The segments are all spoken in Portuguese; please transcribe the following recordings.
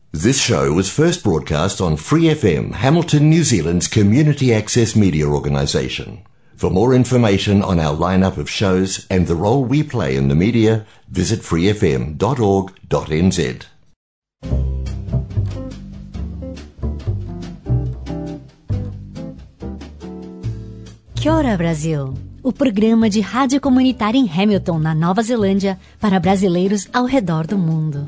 This show was first broadcast on Free FM, Hamilton, New Zealand's community access media organisation. For more information on our lineup of shows and the role we play in the media, visit freefm.org.nz. Kia ora, Brasil! O programa de rádio comunitária em Hamilton, na Nova Zelândia, para brasileiros ao redor do mundo.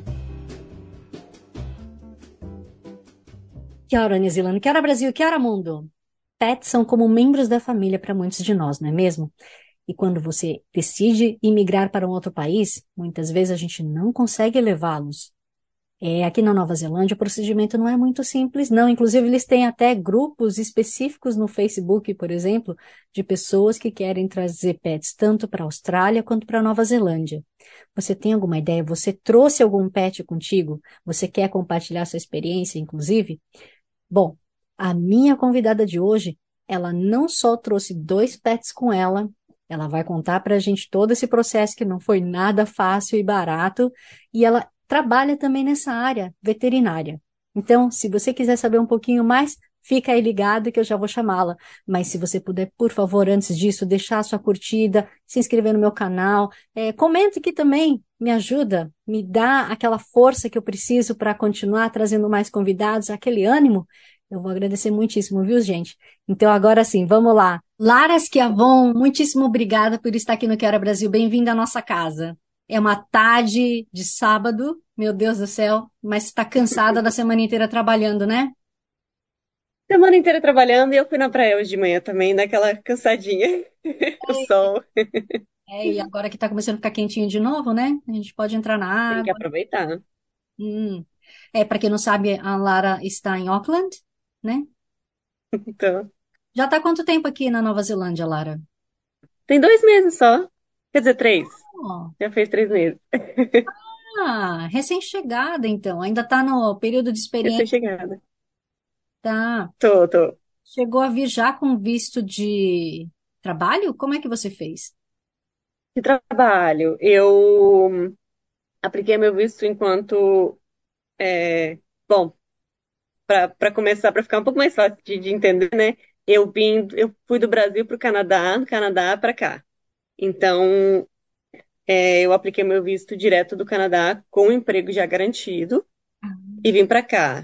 Kia ora, New Zealand! Kia ora, Brasil! Kia ora, mundo! Pets são como membros da família para muitos de nós, não é mesmo? E quando você decide imigrar para um outro país, muitas vezes a gente não consegue levá-los. Aqui na Nova Zelândia o procedimento não é muito simples, não. Inclusive eles têm até grupos específicos no Facebook, por exemplo, de pessoas que querem trazer pets tanto para a Austrália quanto para a Nova Zelândia. Você tem alguma ideia? Você trouxe algum pet contigo? Você quer compartilhar sua experiência, inclusive? Bom, a minha convidada de hoje, ela não só trouxe 2 pets com ela vai contar para a gente todo esse processo que não foi nada fácil e barato, e ela trabalha também nessa área veterinária. Então, se você quiser saber um pouquinho mais, fica aí ligado que eu já vou chamá-la. Mas se você puder, por favor, antes disso, deixar a sua curtida, se inscrever no meu canal, comenta aqui também, me ajuda, me dá aquela força que eu preciso para continuar trazendo mais convidados, aquele ânimo. Eu vou agradecer muitíssimo, viu, gente? Então, agora sim, vamos lá. Lara Schiavon, muitíssimo obrigada por estar aqui no Quero Brasil. Bem-vinda à nossa casa. É uma tarde de sábado, meu Deus do céu, mas está cansada da semana inteira trabalhando, né? Semana inteira trabalhando e eu fui na praia hoje de manhã também, daquela cansadinha. O sol. E agora que está começando a ficar quentinho de novo, né? A gente pode entrar na Tem que água. aproveitar. Hum. Para quem não sabe, a Lara está em Auckland, né? Então, Já está há quanto tempo aqui na Nova Zelândia, Lara? tem 2 meses só. Quer dizer, 3. Oh, Já fez 3 meses. recém-chegada, então. Ainda está no período de experiência, Recém-chegada. tá? Tô. Chegou a vir já com visto de trabalho? Como é que você fez? De trabalho. Eu apliquei meu visto enquanto. Bom, para começar, para ficar um pouco mais fácil de entender, né? Eu fui do Brasil para o Canadá, do Canadá para cá. Então, eu apliquei meu visto direto do Canadá com um emprego já garantido e vim para cá.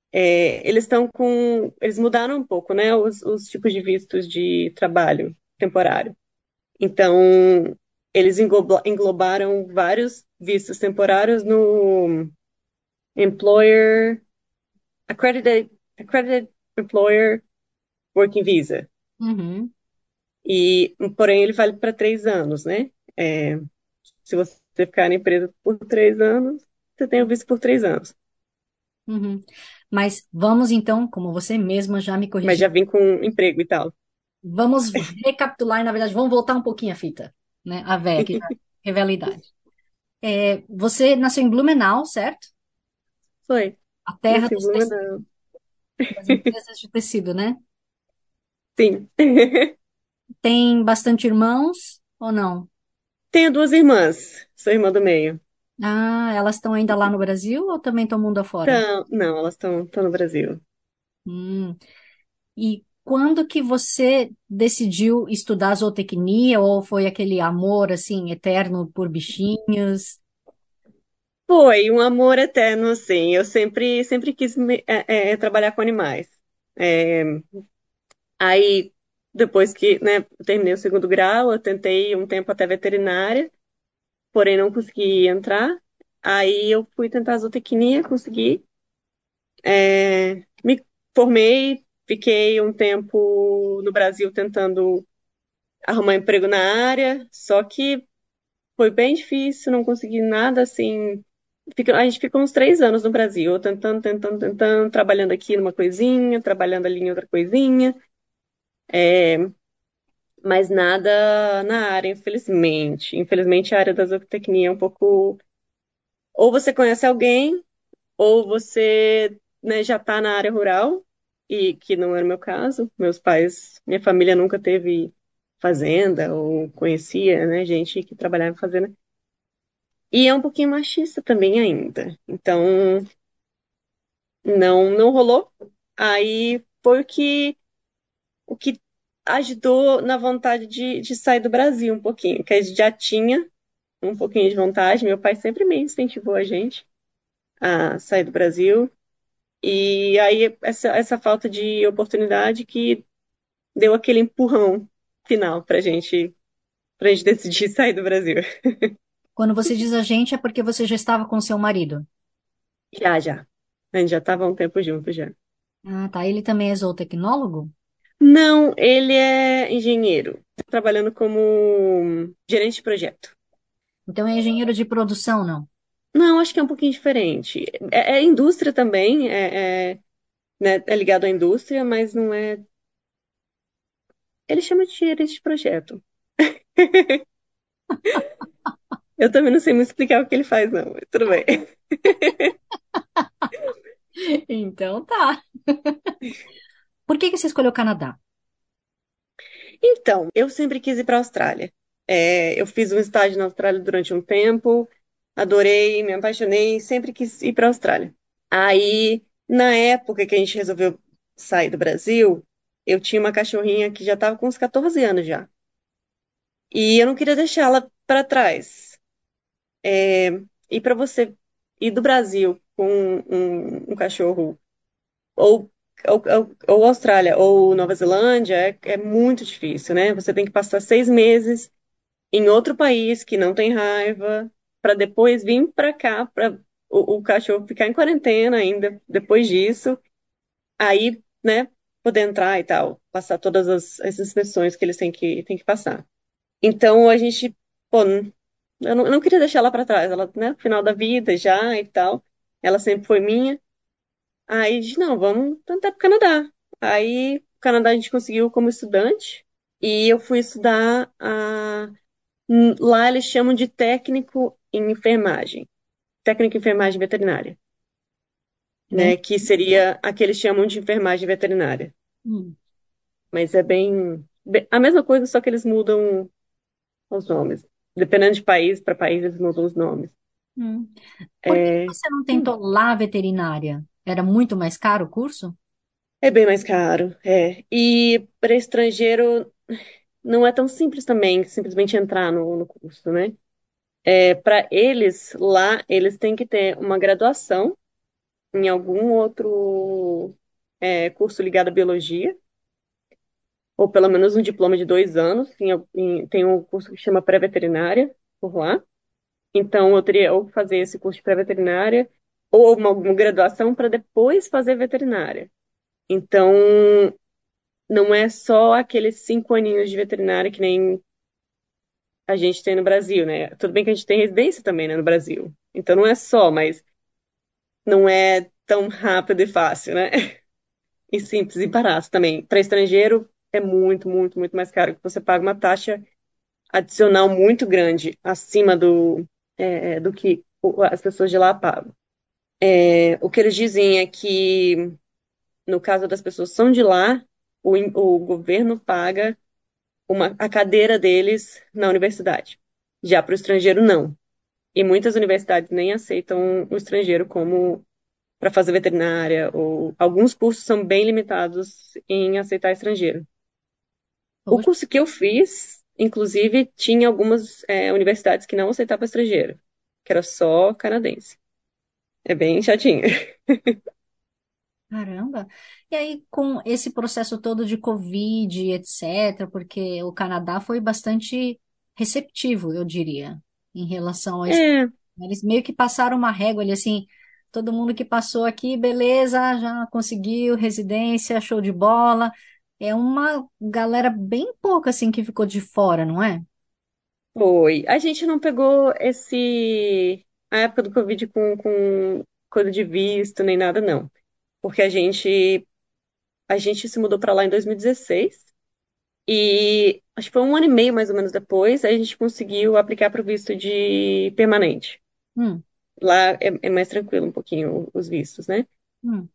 Eles mudaram um pouco, né, os tipos de vistos de trabalho temporário. Então, eles englobaram vários vistos temporários no Employer Accredited Employer Working Visa. Uhum. Porém, ele vale para 3 anos, né? É, Se você ficar na empresa por 3 anos, você tem o visto por 3 anos. Uhum. Mas vamos então, como você mesma já me Mas corrigiu, já vim com um emprego e tal. vamos recapitular e, na verdade, vamos voltar um pouquinho a fita, né? A véia, que já revela a idade. Você nasceu em Blumenau, certo? Foi. A terra Nasci em Blumenau. das empresas de tecido, né? Sim. Tem bastante irmãos ou não? Tenho 2 irmãs. Sou irmã do meio. Ah, elas estão ainda lá no Brasil ou também estão mundo afora? Então, não, elas estão no Brasil. Hum. E quando que você decidiu estudar zootecnia ou foi aquele amor assim eterno por bichinhos? Foi um amor eterno, assim. Eu sempre quis trabalhar com animais. É, Aí, depois que, né, eu terminei o segundo grau, eu tentei um tempo até veterinária, porém não consegui entrar. Aí eu fui tentar zootecnia, consegui. Me formei, fiquei um tempo no Brasil tentando arrumar emprego na área, só que foi bem difícil, não consegui nada assim. A gente ficou uns 3 anos no Brasil, eu tentando, trabalhando aqui numa coisinha, trabalhando ali em outra coisinha, mas nada na área, infelizmente. Infelizmente, a área da zootecnia é um pouco. Ou você conhece alguém, ou você, né, já está na área rural, e que não era o meu caso. Meus pais, minha família nunca teve fazenda, ou conhecia, né, gente que trabalhava em fazenda. E é um pouquinho machista também ainda. Então, não rolou. Aí foi o que ajudou na vontade de sair do Brasil um pouquinho, que a gente já tinha um pouquinho de vontade. Meu pai sempre me incentivou a gente a sair do Brasil. E aí essa falta de oportunidade que deu aquele empurrão final pra gente decidir sair do Brasil. Quando você diz a gente, é porque você já estava com seu marido. Já, já. A gente já estava há um tempo junto já. Ah, tá. Ele também é zootecnólogo? Não, ele é engenheiro, trabalhando como gerente de projeto. Então é engenheiro de produção, não? Não, acho que é um pouquinho diferente. É indústria também, né, é ligado à indústria, mas não é. Ele chama de gerente de projeto. Eu também não sei muito explicar o que ele faz, não, mas tudo bem. Então tá. Por que que você escolheu o Canadá? Então, eu sempre quis ir para a Austrália. Eu fiz um estágio na Austrália durante um tempo, adorei, me apaixonei, sempre quis ir para a Austrália. Aí, na época que a gente resolveu sair do Brasil, eu tinha uma cachorrinha que já estava com uns 14 anos já. E eu não queria deixá-la para trás. E para você ir do Brasil com um cachorro, ou, ou Austrália, ou Nova Zelândia, é muito difícil, né? Você tem que passar 6 meses em outro país que não tem raiva, para depois vir para cá, para o cachorro ficar em quarentena ainda depois disso, aí, né, poder entrar e tal, passar todas as inspeções que eles têm que passar. Então a gente, pô, eu não queria deixar ela para trás, ela, né, no final da vida já e tal, ela sempre foi minha. Aí, disse, não, vamos tentar para o Canadá. Aí, o Canadá a gente conseguiu como estudante. E eu fui estudar lá eles chamam de técnico em enfermagem, técnico em enfermagem veterinária, né? Dentro. Que seria a que eles chamam de enfermagem veterinária. Hum, Mas é a mesma coisa, só que eles mudam os nomes. Dependendo de país para país, eles mudam os nomes. hum. Por que É, você não tentou lá veterinária? Era muito mais caro o curso? é bem mais caro, é. E para estrangeiro não é tão simples também, simplesmente entrar no curso, né? Para eles, lá, eles têm que ter uma graduação em algum outro curso ligado à biologia, ou pelo menos um diploma de 2 anos. Tem um curso que chama pré-veterinária por lá. Então, eu teria ou que fazer esse curso de pré-veterinária, ou uma graduação para depois fazer veterinária. Então, não é só aqueles 5 aninhos de veterinária que nem a gente tem no Brasil, né? Tudo bem que a gente tem residência também, né, no Brasil. Então, não é só, mas não é tão rápido e fácil, né? E simples e barato também. Para estrangeiro é muito, muito, muito mais caro, porque você paga uma taxa adicional muito grande acima do que as pessoas de lá pagam. O que eles dizem é que, no caso das pessoas que são de lá, o governo paga a cadeira deles na universidade. Já para o estrangeiro, não. E muitas universidades nem aceitam o estrangeiro como para fazer veterinária, ou alguns cursos são bem limitados em aceitar estrangeiro. O Poxa, curso que eu fiz, inclusive, tinha algumas universidades que não aceitavam estrangeiro, que era só canadense. É bem chatinho. caramba. E aí, com esse processo todo de Covid, etc., porque o Canadá foi bastante receptivo, eu diria, em relação a isso. É, Eles meio que passaram uma régua ali, assim, todo mundo que passou aqui, beleza, já conseguiu residência, show de bola. É uma galera bem pouca, assim, que ficou de fora, não é? foi. A gente não pegou a época do Covid com coisa de visto nem nada, não. Porque a gente se mudou para lá em 2016 e acho que foi um ano e meio mais ou menos depois, a gente conseguiu aplicar para o visto de permanente. Hum, Lá é mais tranquilo um pouquinho os vistos, né? hum.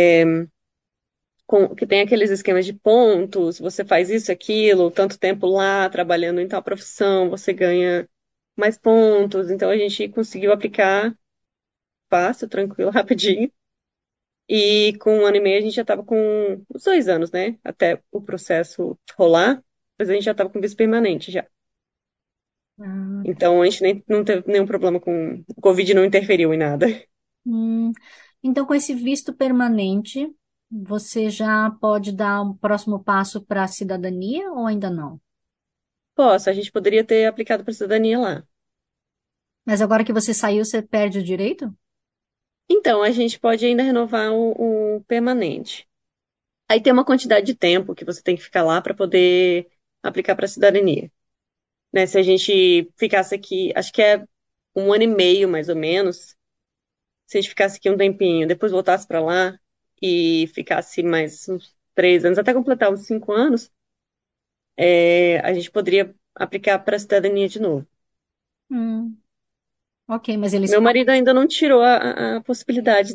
Que tem aqueles esquemas de pontos, você faz isso, aquilo, tanto tempo lá, trabalhando em tal profissão, você ganha mais pontos. Então a gente conseguiu aplicar fácil, tranquilo, rapidinho. E com 1 ano e meio a gente já estava com os 2 anos, né? Até o processo rolar, mas a gente já estava com visto permanente já. Ah, tá. Então a gente nem, não teve nenhum problema com. O Covid não interferiu em nada. Hum, então, com esse visto permanente, você já pode dar um próximo passo para a cidadania ou ainda não? Posso, a gente poderia ter aplicado para cidadania lá. Mas agora que você saiu, você perde o direito? Então, a gente pode ainda renovar o permanente. Aí tem uma quantidade de tempo que você tem que ficar lá para poder aplicar para cidadania. Né? Se a gente ficasse aqui, acho que é 1 ano e meio mais ou menos, se a gente ficasse aqui um tempinho, depois voltasse para lá e ficasse mais uns 3 anos, até completar uns 5 anos, a gente poderia aplicar para cidadania de novo. Hum, ok, mas eles Meu marido ainda não tirou a possibilidade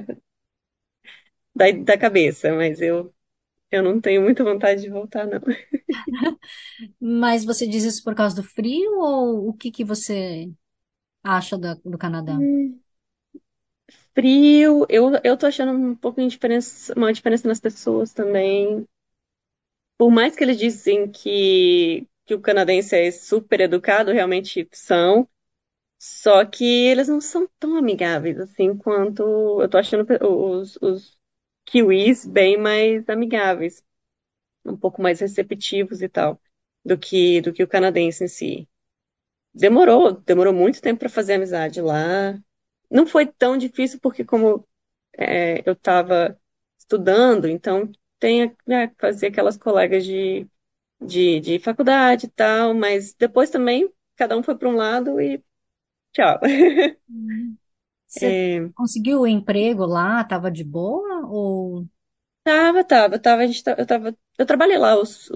da cabeça, mas eu não tenho muita vontade de voltar, não. Mas você diz isso por causa do frio ou o que que você acha do Canadá? Hum, Frio, eu tô achando um pouco de diferença, uma diferença nas pessoas também. Por mais que eles dizem que o canadense é super educado, realmente são, só que eles não são tão amigáveis assim quanto eu tô achando os kiwis bem mais amigáveis, um pouco mais receptivos e tal, do que o canadense em si. Demorou muito tempo para fazer amizade lá. Não foi tão difícil porque como eu estava estudando, então tem, né, fazer aquelas colegas de faculdade e tal, mas depois também cada um foi para um lado e tchau. Hum. Você É, conseguiu o emprego lá? Tava de boa ou... eu trabalhei lá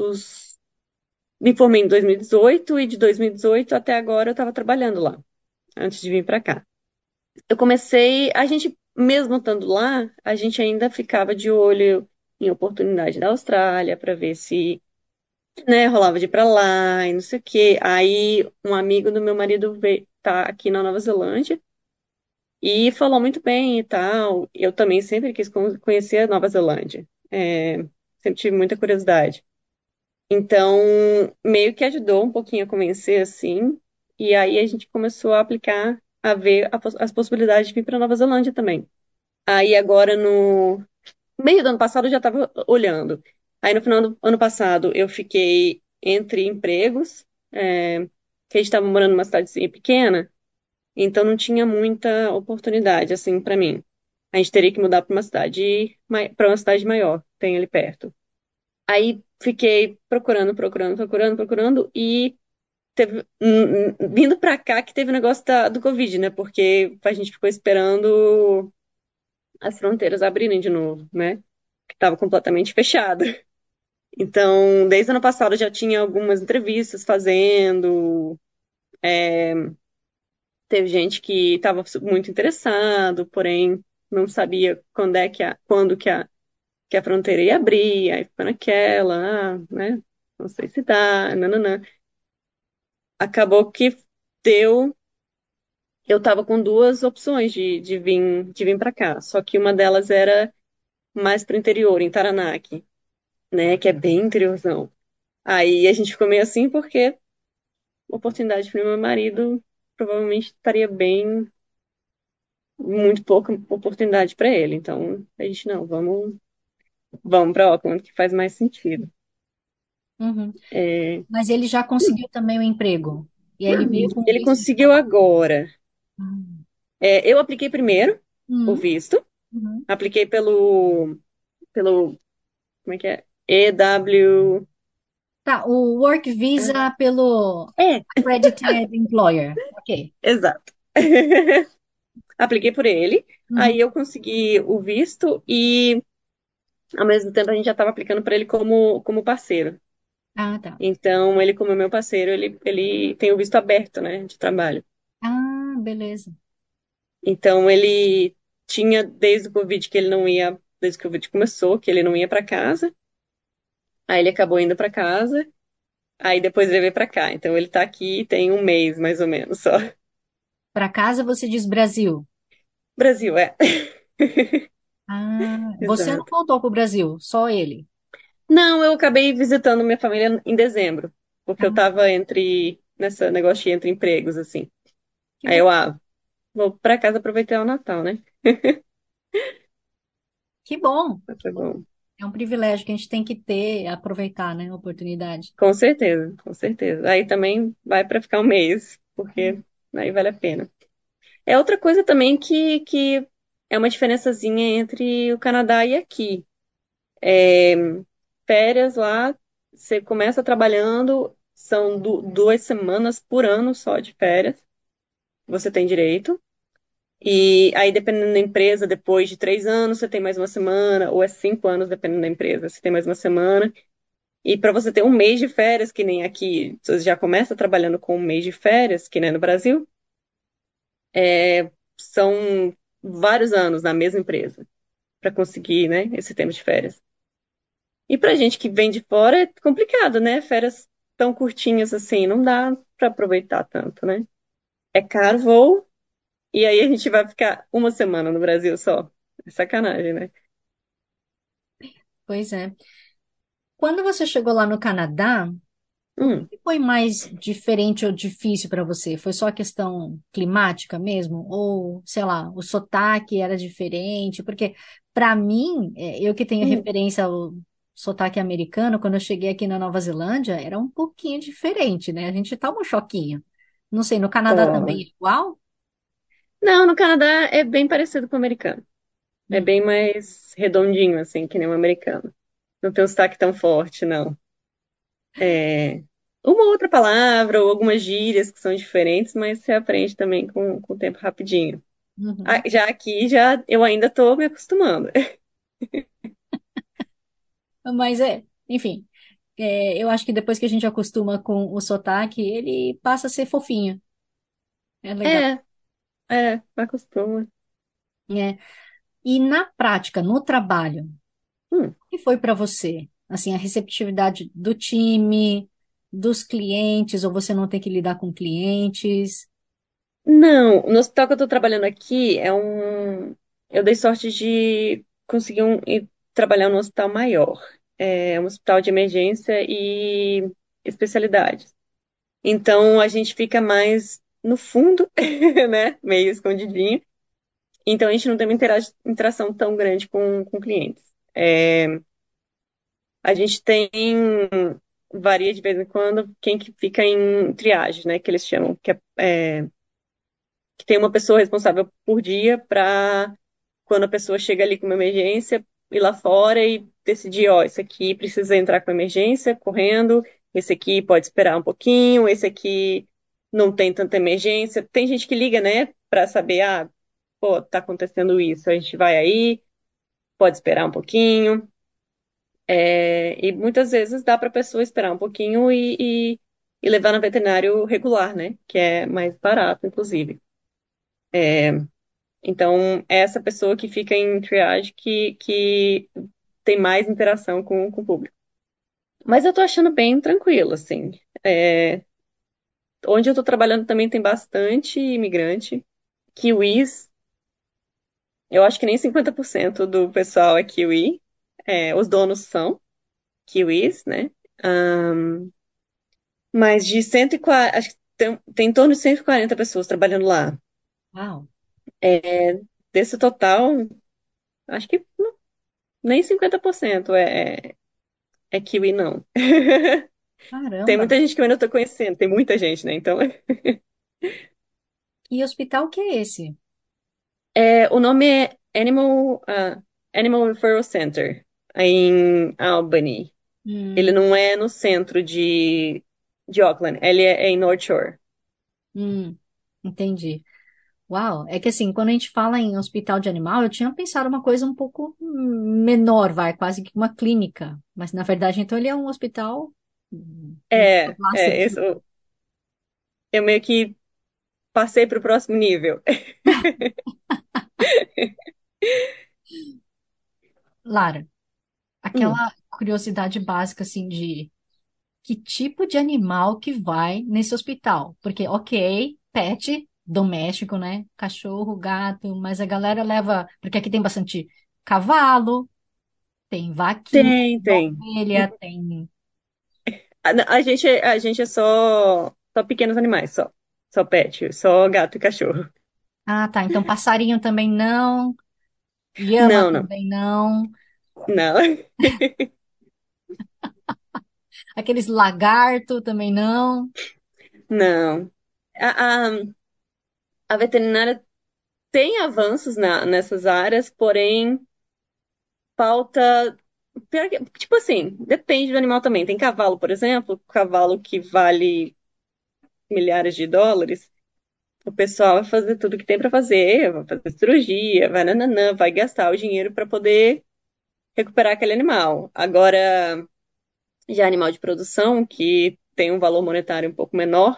me formei em 2018 e de 2018 até agora eu estava trabalhando lá, antes de vir para cá. A gente, mesmo estando lá, a gente ainda ficava de olho em oportunidade da Austrália para ver se, né, rolava de ir para lá e não sei o quê. Aí um amigo do meu marido veio, tá aqui na Nova Zelândia e falou muito bem e tal. Eu também sempre quis conhecer a Nova Zelândia. Sempre tive muita curiosidade. Então, meio que ajudou um pouquinho a convencer, assim. E aí a gente começou a aplicar, a ver as possibilidades de vir para Nova Zelândia também. Aí agora no meio do ano passado eu já estava olhando. Aí no final do ano passado eu fiquei entre empregos, que a gente estava morando numa cidadezinha pequena, então não tinha muita oportunidade assim para mim. A gente teria que mudar para uma cidade maior, tem ali perto. Aí fiquei procurando, procurando, procurando, procurando e vindo para cá que teve o negócio do Covid, né? Porque a gente ficou esperando as fronteiras abrirem de novo, né? Que estava completamente fechada. Então, desde o ano passado eu já tinha algumas entrevistas fazendo. Teve gente que estava muito interessado, porém não sabia quando que a fronteira ia abrir, aí ficou naquela, né? Não sei se dá, nananã. Acabou que deu. Eu estava com duas opções de vir para cá, só que uma delas era mais para o interior, em Taranaki, né? Que é bem interiorzão. Aí a gente ficou meio assim porque oportunidade para meu marido provavelmente estaria bem, muito pouca oportunidade para ele. Então a gente não, vamos para Auckland que faz mais sentido. Uhum. É, Mas ele já conseguiu também o emprego. E aí ele veio com ele visto de conseguiu trabalho. agora. Uhum. Eu apliquei primeiro o Uhum. visto, Uhum. apliquei pelo como é que é? EW. Tá, o Work Visa pelo É, Accredited Employer. Ok. exato. Apliquei por ele, Uhum. aí eu consegui o visto e ao mesmo tempo a gente já estava aplicando para ele como parceiro. Ah, tá. Então, ele, como meu parceiro, ele tem o visto aberto, né, de trabalho. Ah, beleza. Então, ele tinha desde o Covid que ele não ia, desde que o Covid começou, que ele não ia para casa. Aí ele acabou indo para casa. Aí depois ele veio para cá. Então, ele tá aqui tem um mês, mais ou menos, só. Para casa você diz Brasil. Brasil, é. Ah, você não Exato. voltou para o Brasil, só ele. Não, eu acabei visitando minha família em dezembro, porque eu Ah, tava nessa negócio entre empregos, assim. que Aí bom, vou pra casa aproveitar o Natal, né? que bom, que Foi bom. bom. É um privilégio que a gente tem que ter, aproveitar, né, a oportunidade. Com certeza, com certeza. Aí também vai pra ficar um mês, porque aí vale a pena. É outra coisa também que é uma diferençazinha entre o Canadá e aqui. É, férias lá, você começa trabalhando, são 2 semanas por ano só de férias, você tem direito. E aí, dependendo da empresa, depois de 3 anos, você tem mais uma semana, ou é 5 anos, dependendo da empresa, você tem mais uma semana. E para você ter um mês de férias, que nem aqui, você já começa trabalhando com um mês de férias, que nem no Brasil, são vários anos na mesma empresa para conseguir, né, esse tempo de férias. E pra gente que vem de fora é complicado, né? Férias tão curtinhas assim, não dá para aproveitar tanto, né? É caro voo, e aí a gente vai ficar uma semana no Brasil só. É sacanagem, né? Pois é. Quando você chegou lá no Canadá, o que Hum, que foi mais diferente ou difícil para você? Foi só a questão climática mesmo? Ou, sei lá, o sotaque era diferente? Porque, para mim, eu que tenho hum. referência ao sotaque americano, quando eu cheguei aqui na Nova Zelândia, era um pouquinho diferente, né? A gente toma um choquinho. Não sei, no Canadá também Ó. é igual? Não, no Canadá é bem parecido com o americano. É Hum. bem mais redondinho, assim, que nem o americano. Não tem um sotaque tão forte, não. É uma outra palavra ou algumas gírias que são diferentes, mas você aprende também com o tempo rapidinho. Ah, Uhum. já aqui, já eu ainda tô me acostumando. Mas enfim, eu acho que depois que a gente acostuma com o sotaque, ele passa a ser fofinho. É legal. É, acostuma. É. E na prática, no trabalho, Hum. o que foi para você? Assim, a receptividade do time, dos clientes, ou você não tem que lidar com clientes? Não, no hospital que eu tô trabalhando aqui é um. Eu dei sorte de conseguir ir trabalhar num hospital maior. É um hospital de emergência e especialidades. Então a gente fica mais no fundo, né? Meio escondidinho. Então a gente não tem uma interação tão grande com clientes. A gente tem, varia de vez em quando, quem que fica em triagem, né? Que eles chamam, que tem uma pessoa responsável por dia para quando a pessoa chega ali com uma emergência, ir lá fora e decidir, ó, esse aqui precisa entrar com emergência, correndo, esse aqui pode esperar um pouquinho, esse aqui não tem tanta emergência. Tem gente que liga, né, para saber, pô, tá acontecendo isso, a gente vai aí, pode esperar um pouquinho. E muitas vezes dá para a pessoa esperar um pouquinho e levar no veterinário regular, né, que é mais barato, inclusive. Então, é essa pessoa que fica em triage que tem mais interação com o público. Mas eu tô achando bem tranquilo, assim. É, onde eu tô trabalhando também tem bastante imigrante. Kiwis, eu acho que nem 50% do pessoal é kiwi. Os donos são kiwis, né? Mas de 140, acho que tem em torno de 140 pessoas trabalhando lá. Uau, Desse total, acho que nem 50% é kiwi, não. Tem caramba! muita gente que eu ainda tô conhecendo, tem muita gente, né? Então, E hospital que é esse? o nome é Animal Referral Center, aí em Albany. Ele Hum, não é no centro de Auckland, ele é em North Shore. hum, entendi. Uau, é que assim, quando a gente fala em hospital de animal, eu tinha pensado uma coisa um pouco menor, vai, quase que uma clínica. Mas na verdade, então ele é um hospital lá Esse, civil. eu meio que passei para o próximo nível. Lara, Hum, aquela curiosidade básica assim de que tipo de animal que vai nesse hospital? Porque, ok, pet doméstico, né? Cachorro, gato, mas a galera leva, porque aqui tem bastante. cavalo, tem vaquinha, Tem, tem tem. ovelha, tem. A gente é só pequenos animais, só pet, só gato e cachorro. Ah, tá. Então passarinho também não, lhama Não, não, também não, não, aqueles lagarto também não. não. A, a, a veterinária tem avanços nessas áreas, porém falta. Tipo assim, depende do animal também. Tem cavalo, por exemplo, cavalo que vale milhares de dólares. O pessoal vai fazer tudo que tem para fazer, vai fazer cirurgia, vai nananã, vai gastar o dinheiro para poder recuperar aquele animal. Agora, já animal de produção, que tem um valor monetário um pouco menor,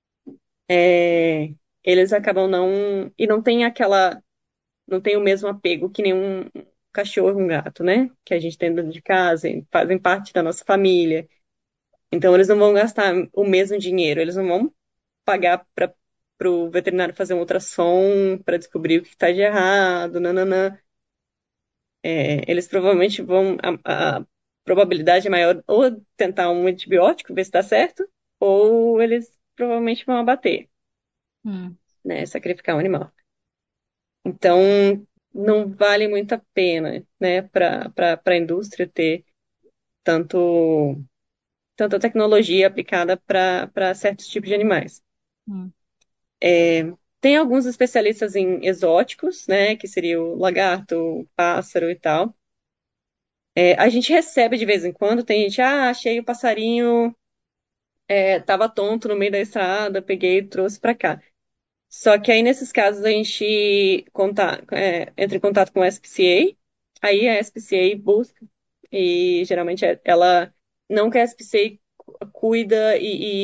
é, eles acabam não. E não tem aquela. Não tem o mesmo apego que nem um cachorro, um gato, né? Que a gente tem dentro de casa, e fazem parte da nossa família. Então, eles não vão gastar o mesmo dinheiro, eles não vão pagar para o veterinário fazer um ultrassom para descobrir o que está de errado, nananã. Eles provavelmente vão. A probabilidade é maior ou tentar um antibiótico, ver se dá certo, ou eles provavelmente vão abater, Hum, né? Sacrificar um animal. Então, não vale muito a pena, né, para a indústria ter tanto, tanta tecnologia aplicada para certos tipos de animais. hum, Tem alguns especialistas em exóticos, né, que seria o lagarto, o pássaro e tal. A gente recebe de vez em quando, tem gente, achei o passarinho, tava tonto no meio da estrada, peguei e trouxe para cá. Só que aí, nesses casos, a gente entra em contato com a SPCA, aí a SPCA busca, e geralmente ela não que a SPCA cuida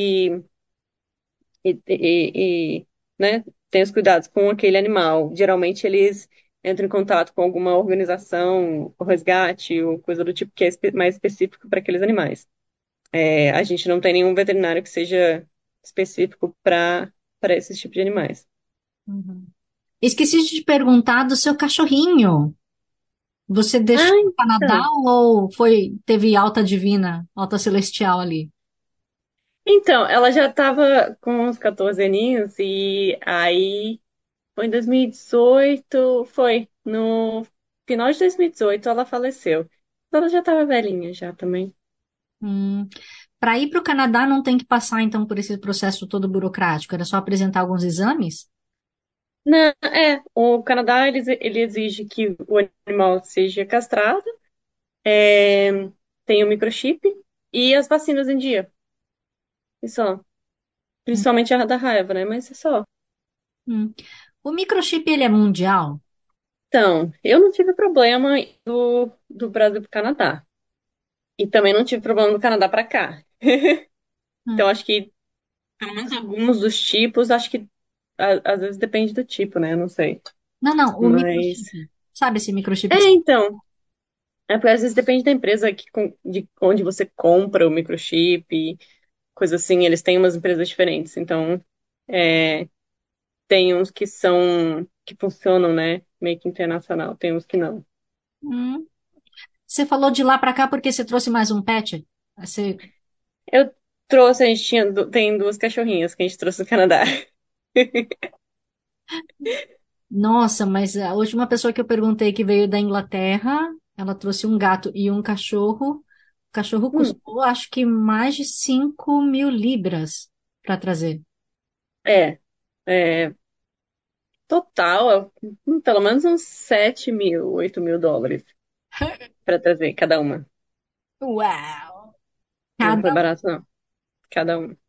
né, tem os cuidados com aquele animal. Geralmente eles entram em contato com alguma organização, o resgate, ou coisa do tipo que é mais específico para aqueles animais. A gente não tem nenhum veterinário que seja específico para esses tipos de animais. uhum. Esqueci de te perguntar do seu cachorrinho. Você deixou Ah, no Canadá então. ou teve alta divina, alta celestial ali? Então, ela já estava com uns 14 aninhos e aí foi em 2018, foi no final de 2018 ela faleceu. Ela já estava velhinha já também. Para ir para o Canadá não tem que passar então por esse processo todo burocrático, era só apresentar alguns exames? Não, o Canadá ele exige que o animal seja castrado, é, tenha o microchip e as vacinas em dia. E só. Hum, Principalmente a da raiva, né? Mas é só. hum. O microchip ele é mundial? Então, eu não tive problema do Brasil para o Canadá. E também não tive problema do Canadá para cá. Hum. Então, acho que, pelo menos alguns dos tipos, acho que às vezes depende do tipo, né? Eu não sei. Não, não, o Mas. microchip. Sabe esse microchip? Então. Porque às vezes depende da empresa de onde você compra o microchip, coisa assim. Eles têm umas empresas diferentes. Então, é, tem uns que funcionam, né? Meio que internacional. Tem uns que não. Hum. Você falou de lá para cá porque você trouxe mais um pet? Você... Eu trouxe, a gente tem duas cachorrinhas que a gente trouxe do Canadá. Nossa, mas a última pessoa que eu perguntei que veio da Inglaterra, ela trouxe um gato e um cachorro. O cachorro Hum, custou, acho que mais de 5.000 libras para trazer. é, é, total, pelo menos uns 7.000, 8.000 dólares para trazer cada uma. Uau! Não foi Cada... barato, não. Cada uma.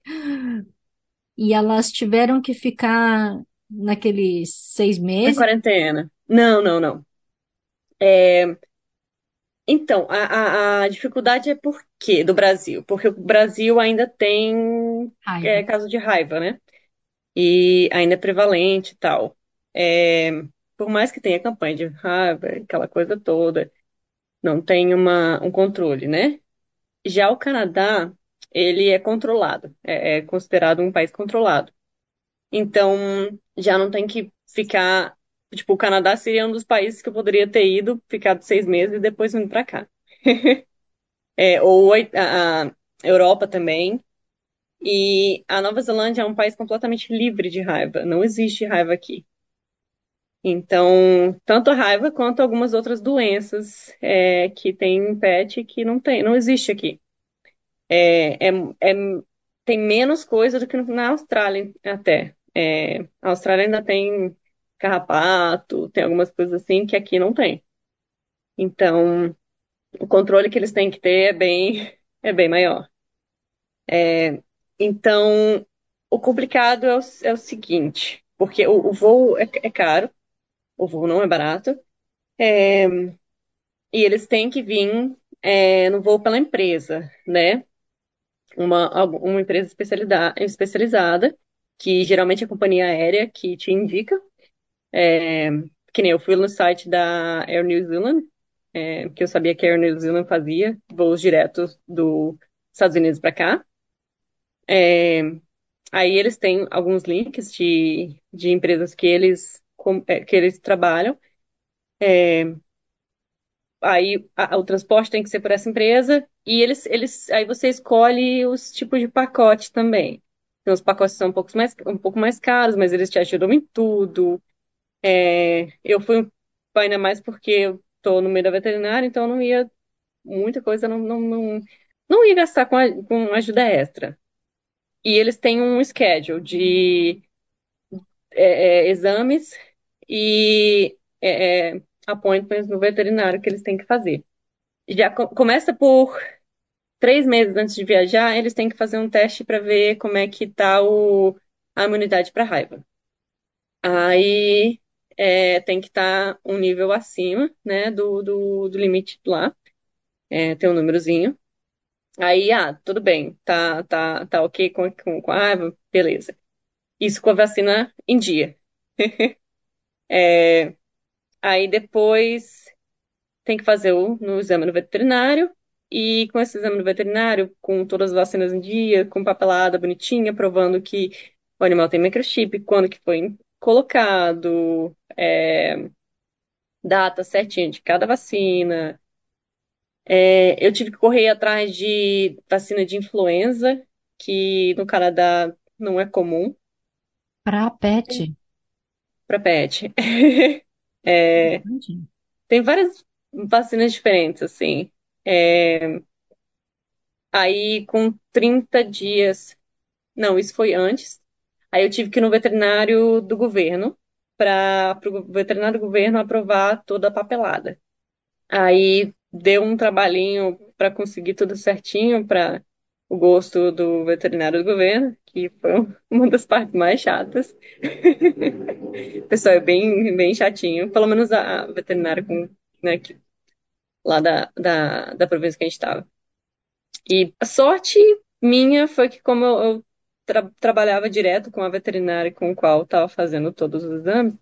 E elas tiveram que ficar naqueles 6 meses. Na quarentena. Não, não, não. É, então, a dificuldade é por quê do Brasil? Porque o Brasil ainda tem Raiva. caso de raiva, né? E ainda é prevalente e tal. É, por mais que tenha campanha de raiva, aquela coisa toda, não tem um controle, né? Já o Canadá, ele é controlado, é considerado um país controlado. Então, já não tem que ficar Tipo, o Canadá seria um dos países que eu poderia ter ido, ficado 6 meses e depois vindo pra cá. Ou a Europa também. E a Nova Zelândia é um país completamente livre de raiva. Não existe raiva aqui. Então, tanto a raiva quanto algumas outras doenças que tem em pet que não tem, não existe aqui. É, é, é- tem menos coisa do que na Austrália até. A Austrália ainda tem carrapato, tem algumas coisas assim que aqui não tem. Então, o controle que eles têm que ter é bem maior. Então, o complicado é o seguinte, porque o voo é caro, o voo não é barato, é, e eles têm que vir no voo pela empresa, né? Uma empresa especializada, que geralmente é a companhia aérea que te indica, é, que nem eu fui no site da Air New Zealand, que eu sabia que a Air New Zealand fazia voos diretos dos Estados Unidos para cá. É, Aí eles têm alguns links de empresas que eles trabalham. Aí o transporte tem que ser por essa empresa e aí você escolhe os tipos de pacote também. Então, os pacotes são um pouco mais caros, mas eles te ajudam em tudo. Eu fui ainda mais porque eu tô no meio da veterinária, então não ia muita coisa, não ia gastar com ajuda extra. E eles têm um schedule de exames e appointments no veterinário que eles têm que fazer. Já começa por 3 meses antes de viajar, eles têm que fazer um teste para ver como é que tá a imunidade para raiva. Aí tem que estar um nível acima, né, do limite lá. Tem um númerozinho. Aí, tudo bem, tá ok com a raiva, beleza. Isso com a vacina em dia. Aí depois tem que fazer no exame no veterinário. E com esse exame no veterinário, com todas as vacinas em dia, com papelada bonitinha, provando que o animal tem microchip, quando que foi colocado, data certinha de cada vacina. Eu tive que correr atrás de vacina de influenza, que no Canadá não é comum Para pet. para pet. É, tem várias vacinas diferentes, assim. É, Aí, com 30 dias. Não, isso foi antes. Aí eu tive que ir no veterinário do governo para o veterinário do governo aprovar toda a papelada. Aí deu um trabalhinho para conseguir tudo certinho para o gosto do veterinário do governo, que foi uma das partes mais chatas. O pessoal é bem, bem chatinho, pelo menos a veterinária né, lá da província que a gente estava. E a sorte minha foi que, como eu trabalhava direto com a veterinária com o qual estava fazendo todos os exames,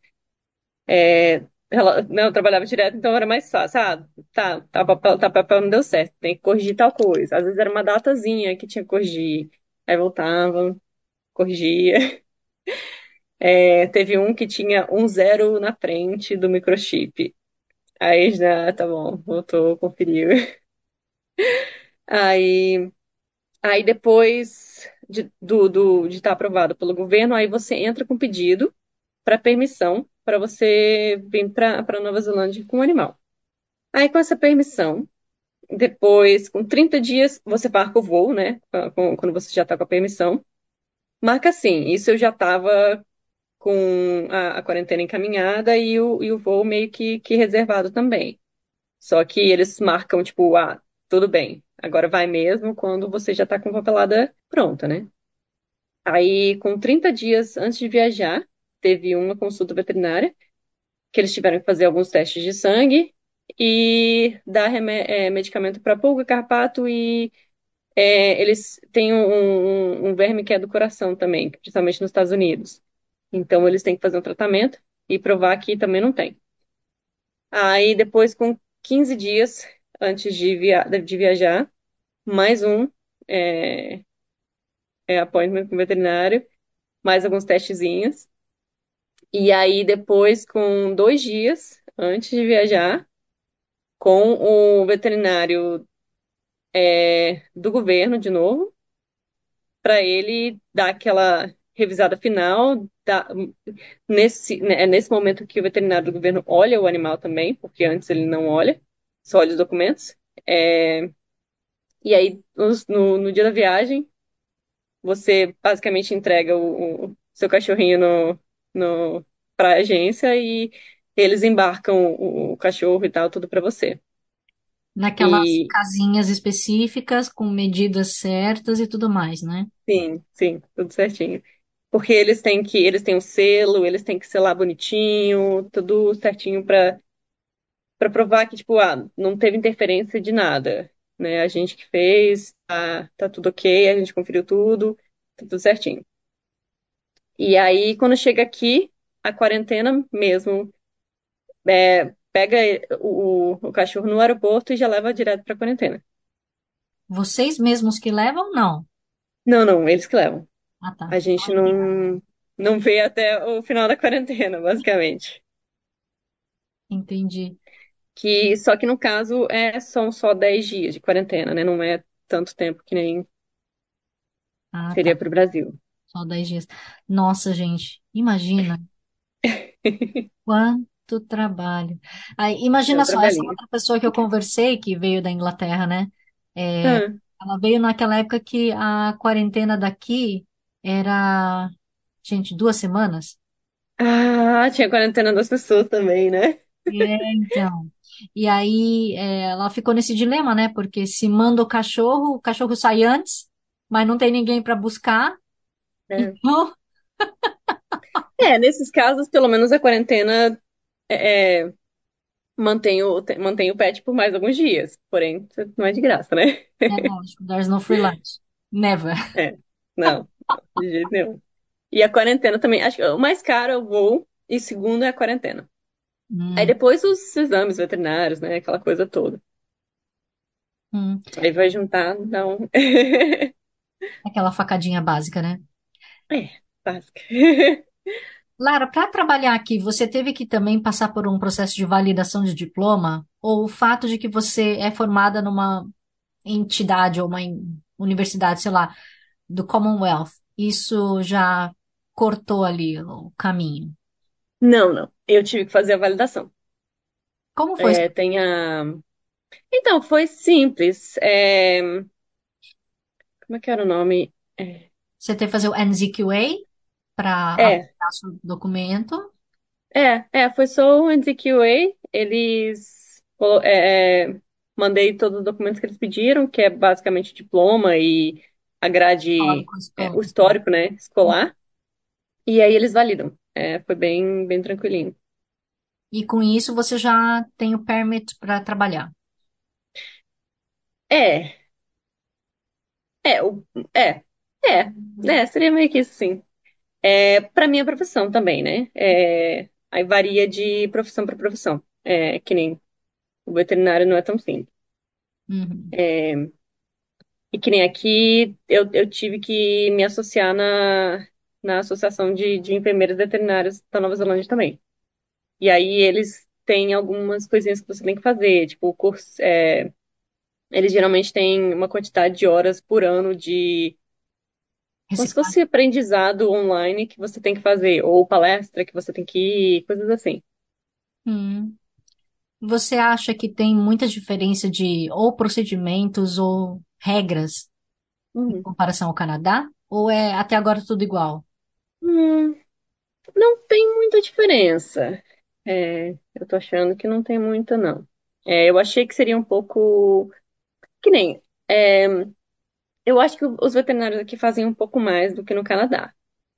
não, eu trabalhava direto, então era mais fácil. Papel não deu certo, tem que corrigir tal coisa. Às vezes era uma datazinha que tinha que corrigir. Aí voltava, corrigia. Teve um que tinha um zero na frente do microchip. Aí já, tá bom, voltou, conferiu. Aí Aí depois de estar aprovado pelo governo, aí você entra com pedido para permissão para você vir para Nova Zelândia com o animal. Aí com essa permissão, depois, com 30 dias, você marca o voo, né? Quando você já está com a permissão. Marca assim, isso eu já estava com a quarentena encaminhada e o voo meio que reservado também. Só que eles marcam, tipo, tudo bem, agora vai mesmo quando você já está com a papelada pronta, né? Aí, com 30 dias antes de viajar, teve uma consulta veterinária, que eles tiveram que fazer alguns testes de sangue e dar medicamento para pulga, carrapato e eles têm um verme que é do coração também, principalmente nos Estados Unidos. Então, eles têm que fazer um tratamento e provar que também não tem. Aí, depois, com 15 dias antes de viajar, mais um é, appointment com o veterinário, mais alguns testezinhos. E aí, depois, com 2 dias antes de viajar, com o veterinário do governo de novo, para ele dar aquela revisada final. Nesse momento que o veterinário do governo olha o animal também, porque antes ele não olha, só olha os documentos. É, e aí, no dia da viagem, você basicamente entrega o seu cachorrinho para a agência e eles embarcam o cachorro e tal, tudo para você. Naquelas E casinhas específicas, com medidas certas e tudo mais, né? sim, sim, tudo certinho. Porque eles têm o selo, eles têm que selar bonitinho, tudo certinho para provar que, tipo, não teve interferência de nada, né? A gente que fez, tá tudo ok, a gente conferiu tudo, tá tudo certinho. E aí, quando chega aqui, a quarentena mesmo, pega o cachorro no aeroporto e já leva direto pra quarentena. Vocês mesmos que levam, não. Não, não, eles que levam. Ah, tá. A gente não vê até o final da quarentena, basicamente. Entendi. Só que no caso são só 10 dias de quarentena, né? Não é tanto tempo que nem Ah, seria tá. para o Brasil. Só 10 dias. Nossa, gente, imagina quanto trabalho. Aí, É um imagina só, essa trabalhinho. outra pessoa que eu conversei, que veio da Inglaterra, né? É, Ah, ela veio naquela época que a quarentena daqui era, gente, 2 semanas. Tinha quarentena das pessoas também, né? Então. E aí, ela ficou nesse dilema, né? Porque se manda o cachorro sai antes, mas não tem ninguém para buscar. É. Então, Nesses casos, pelo menos a quarentena é, mantém o pet por mais alguns dias. Porém, não é de graça, né? é lógico, there's no free lunch. Never. É, não, de jeito nenhum. E a quarentena também. Acho que o mais caro é o voo e segundo é a quarentena. Aí Hum, depois os exames veterinários, né? Aquela coisa toda. hum. Aí vai juntar, não. Aquela facadinha básica, né? Básica. Lara, para trabalhar aqui, você teve que também passar por um processo de validação de diploma? Ou o fato de que você é formada numa entidade ou uma universidade, sei lá, do Commonwealth, isso já cortou ali o caminho? Não, não. Eu tive que fazer a validação. Como foi? É, tem a... Então, foi simples. Como é que era o nome? Você teve que fazer o NZQA para É, aplicar seu documento? foi só o NZQA. Eles... mandei todos os documentos que eles pediram, que é basicamente o diploma e a grade, Histórico, o histórico, né, Hum. escolar. E aí eles validam. Foi bem, bem tranquilinho. E com isso você já tem o permit para trabalhar. É, é, o- é, seria meio que isso, sim. Para minha profissão também, né? Aí varia de profissão para profissão. Que nem o veterinário não é tão simples. Uhum. E que nem aqui, eu tive que me associar na Associação de Enfermeiros Veterinários da Nova Zelândia também. E aí eles têm algumas coisinhas que você tem que fazer, tipo, o curso, eles geralmente têm uma quantidade de horas por ano como se Reciclagem. fosse aprendizado online que você tem que fazer, ou palestra que você tem que ir, coisas assim. Hum. Você acha que tem muita diferença de ou procedimentos ou regras em Uhum. comparação ao Canadá? Ou é até agora tudo igual? Hum, não tem muita diferença. Eu tô achando que não tem muita, não. Eu achei que seria um pouco. Que nem. Eu acho que os veterinários aqui fazem um pouco mais do que no Canadá.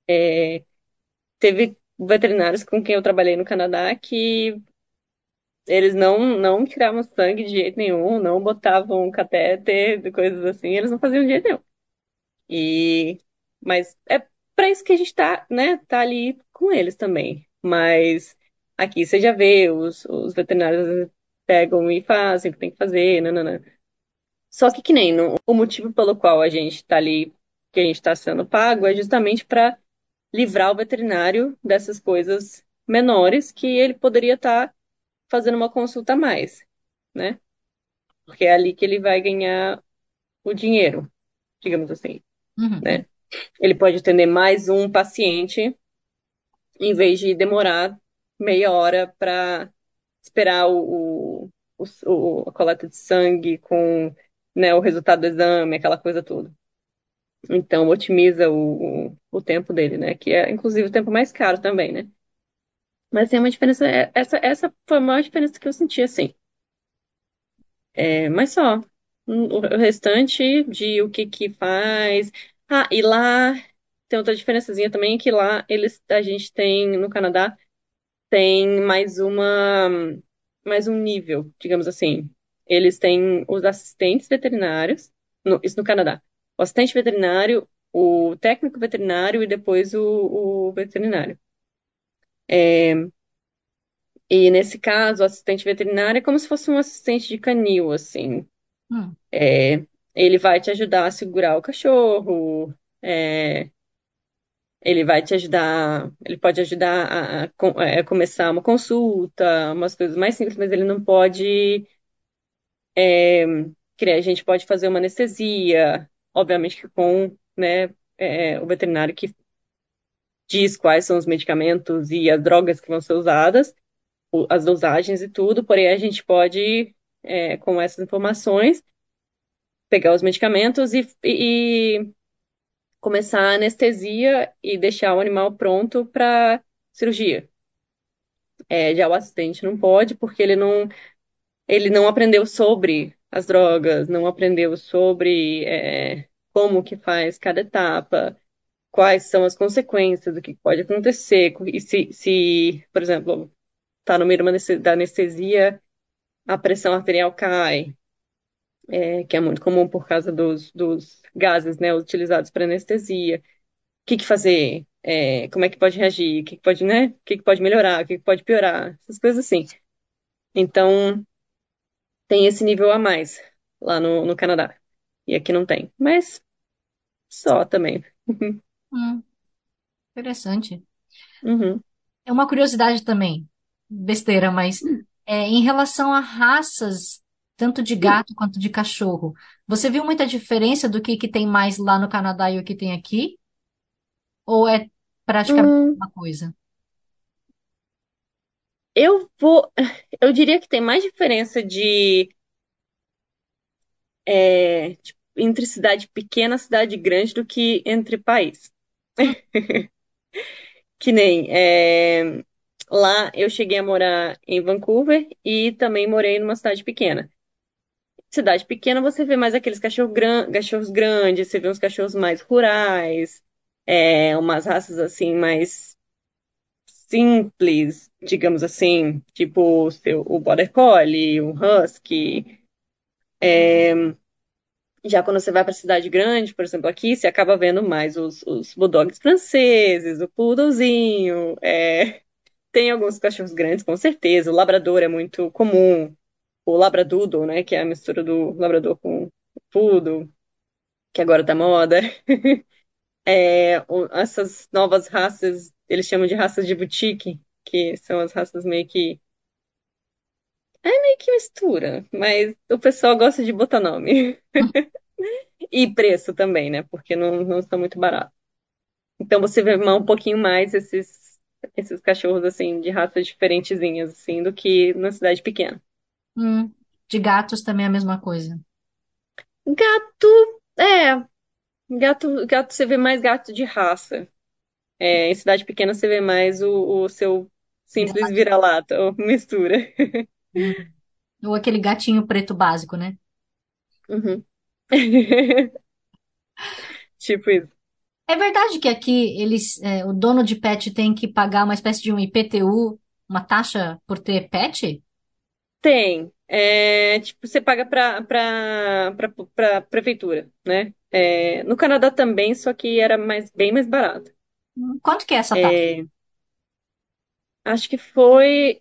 Teve veterinários com quem eu trabalhei no Canadá que eles não tiravam sangue de jeito nenhum, não botavam catéter, coisas assim, eles não faziam de jeito nenhum. Mas é para isso que a gente tá, né, tá ali com eles também. Mas aqui você já vê, os veterinários às vezes pegam e fazem o que tem que fazer, nananã. Só que nem o motivo pelo qual a gente tá ali, que a gente está sendo pago, é justamente para livrar o veterinário dessas coisas menores que ele poderia estar fazendo uma consulta a mais, né? Porque é ali que ele vai ganhar o dinheiro, digamos assim, Uhum. né? Ele pode atender mais um paciente em vez de demorar meia hora para esperar a coleta de sangue com, né, o resultado do exame, aquela coisa toda. Então, otimiza o tempo dele, né? Que é, inclusive, o tempo mais caro também, né? Mas tem uma diferença, essa foi a maior diferença que eu senti, assim. Mas só. O restante de o que que faz. Ah, e lá tem outra diferençazinha também, que lá a gente tem, no Canadá, tem mais um nível, digamos assim. Eles têm os assistentes veterinários, isso no Canadá. O assistente veterinário, o técnico veterinário e depois o veterinário. É, e nesse caso, o assistente veterinário é como se fosse um assistente de canil, assim. Hum. É, ele vai te ajudar a segurar o cachorro, é, ele vai te ajudar, ele pode ajudar a começar uma consulta, umas coisas mais simples, mas ele não pode, a gente pode fazer uma anestesia, obviamente que com, né, o veterinário que diz quais são os medicamentos e as drogas que vão ser usadas, as dosagens e tudo, porém a gente pode, com essas informações, pegar os medicamentos e começar a anestesia e deixar o animal pronto para cirurgia. Já o assistente não pode, porque ele não aprendeu sobre as drogas, não aprendeu sobre como que faz cada etapa, quais são as consequências, do que pode acontecer, e se por exemplo, está no meio da anestesia, a pressão arterial cai, que é muito comum por causa dos gases, né, utilizados para anestesia. Que fazer, como é que pode reagir, o que pode, né? O que pode melhorar, o que pode piorar, essas coisas assim. Então, tem esse nível a mais lá no Canadá. E aqui não tem. Mas só também. Hum. Interessante. Uhum. É uma curiosidade também, besteira, mas em relação a raças, tanto de gato quanto de cachorro, você viu muita diferença do que tem mais lá no Canadá e o que tem aqui? Ou é praticamente a Hum, mesma coisa? eu vou. Eu diria que tem mais diferença tipo, entre cidade pequena e cidade grande do que entre país. Hum. Que nem lá eu cheguei a morar em Vancouver e também morei numa cidade pequena. Cidade pequena você vê mais aqueles cachorros grandes, você vê uns cachorros mais rurais, umas raças assim mais simples, digamos assim, tipo o Border Collie, o Husky. Já quando você vai para cidade grande, por exemplo, aqui, você acaba vendo mais os bulldogs franceses, o poodlezinho. Tem alguns cachorros grandes, com certeza. O labrador é muito comum. O labradoodle, né, que é a mistura do labrador com o poodle, que agora tá moda. Essas novas raças, eles chamam de raças de boutique, que são as raças meio que mistura, mas o pessoal gosta de botar nome. E preço também, né? Porque não estão muito baratos. Então você vê um pouquinho mais esses cachorros, assim, de raças diferentezinhas, assim, do que na cidade pequena. De gatos também é a mesma coisa. Gato, gato, você vê mais gato de raça. Em cidade pequena você vê mais o seu simples Vira-lata. vira-lata, ou mistura. Hum. Ou aquele gatinho preto básico, né? Uhum. Tipo isso. É verdade que aqui o dono de pet tem que pagar uma espécie de um IPTU, uma taxa por ter pet? Tem. Tipo, você paga pra prefeitura, né? No Canadá também, só que era bem mais barato. Quanto que é essa taxa? É, acho que foi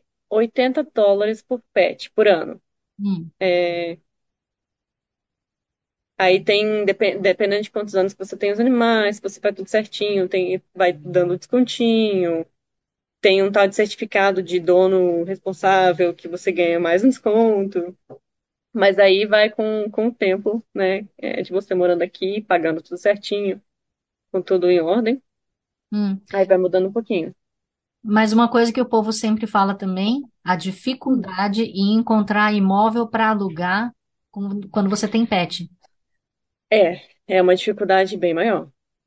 US$ 80 por pet por ano. Hum. É, Aí tem, dependendo de quantos anos que você tem os animais, se você faz tudo certinho, vai dando descontinho. Tem um tal de certificado de dono responsável que você ganha mais um desconto. Mas aí vai com o tempo, né? De você morando aqui, pagando tudo certinho, com tudo em ordem. Hum. Aí vai mudando um pouquinho. Mas uma coisa que o povo sempre fala também, a dificuldade em encontrar imóvel para alugar quando você tem pet. É uma dificuldade bem maior.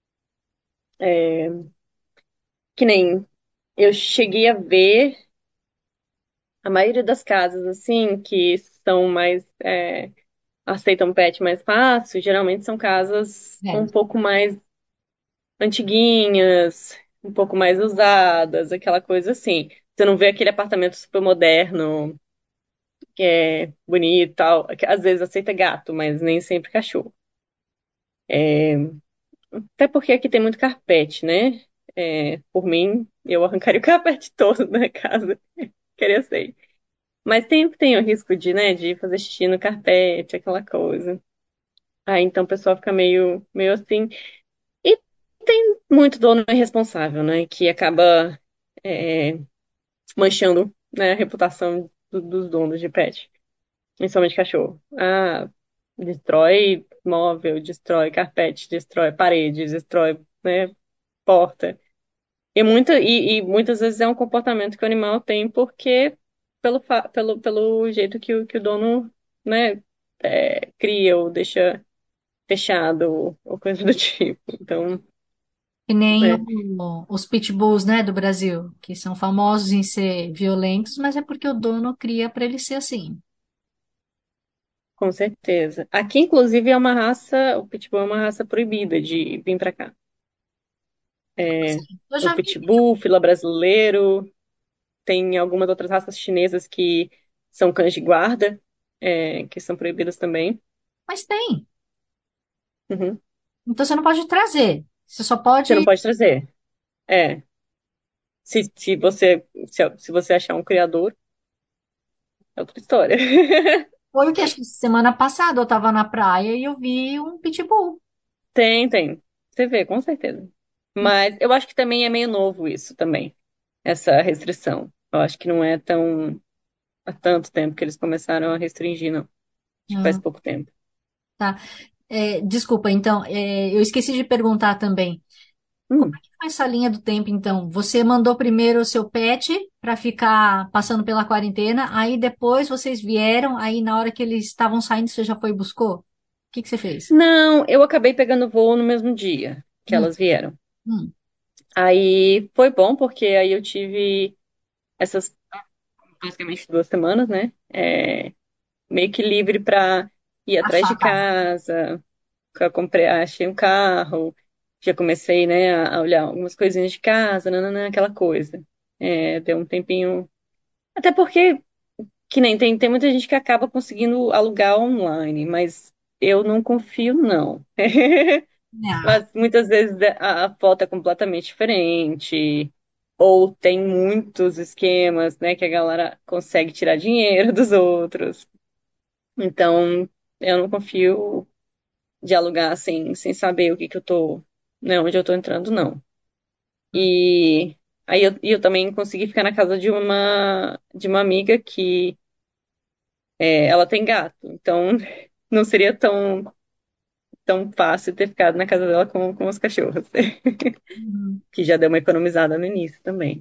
Que nem eu cheguei a ver a maioria das casas, assim, que são mais, aceitam pet mais fácil, geralmente são casas um Velho. pouco mais antiguinhas, um pouco mais usadas, aquela coisa assim. Você não vê aquele apartamento super moderno, que é bonito e tal, que às vezes aceita gato, mas nem sempre cachorro. Até porque aqui tem muito carpete, né? Por mim, eu arrancaria o carpete todo da casa, queria ser. Mas sempre tem o risco de, né, de fazer xixi no carpete, aquela coisa. Aí então o pessoal fica meio assim. E tem muito dono irresponsável, né, que acaba é, manchando, né, a reputação dos donos de pet, principalmente cachorro. Ah, destrói móvel, destrói carpete, destrói parede, destrói, né, porta. E muitas vezes é um comportamento que o animal tem porque pelo jeito que o dono, né, cria ou deixa fechado ou coisa do tipo. Então, Que nem né, os pitbulls, né, do Brasil, que são famosos em ser violentos, mas é porque o dono cria para ele ser assim. com certeza. Aqui, inclusive, o Pitbull é uma raça proibida de vir pra cá. É, Assim, eu o já vi, Pitbull, fila brasileiro, tem algumas outras raças chinesas que são cães de guarda, que são proibidas também. mas tem. Uhum. Então você não pode trazer. Você só Você não pode. pode trazer. É. Se você achar um criador, é outra história. Foi o que acho que semana passada eu estava na praia e eu vi um pitbull. Tem. Você vê, com certeza. Mas eu acho que também é meio novo isso também, essa restrição. Eu acho que não é tão há tanto tempo que eles começaram a restringir, não. Acho que faz Ah, pouco tempo. tá. Desculpa, então, eu esqueci de perguntar também. Como Hum. é que foi essa linha do tempo, então? Você mandou primeiro o seu pet para ficar passando pela quarentena, aí depois vocês vieram, aí na hora que eles estavam saindo, você já foi e buscou? O que que você fez? Não, eu acabei pegando voo no mesmo dia que Hum, elas vieram. hum, Aí foi bom, porque aí eu tive essas basicamente 2 semanas, né? Meio que livre pra ir atrás achar de a casa. casa. Eu comprei, achei um carro, já comecei, né, a olhar algumas coisinhas de casa, nananã, aquela coisa. Deu um tempinho. Até porque, que nem tem muita gente que acaba conseguindo alugar online, mas eu não confio, não. Ah, Mas muitas vezes a foto é completamente diferente, ou tem muitos esquemas, né, que a galera consegue tirar dinheiro dos outros. Então, eu não confio de alugar sem saber o que que eu tô, né, onde eu tô entrando, não. E aí eu também consegui ficar na casa de uma amiga que ela tem gato, então não seria tão fácil ter ficado na casa dela com os cachorros, uhum. que já deu uma economizada no início também.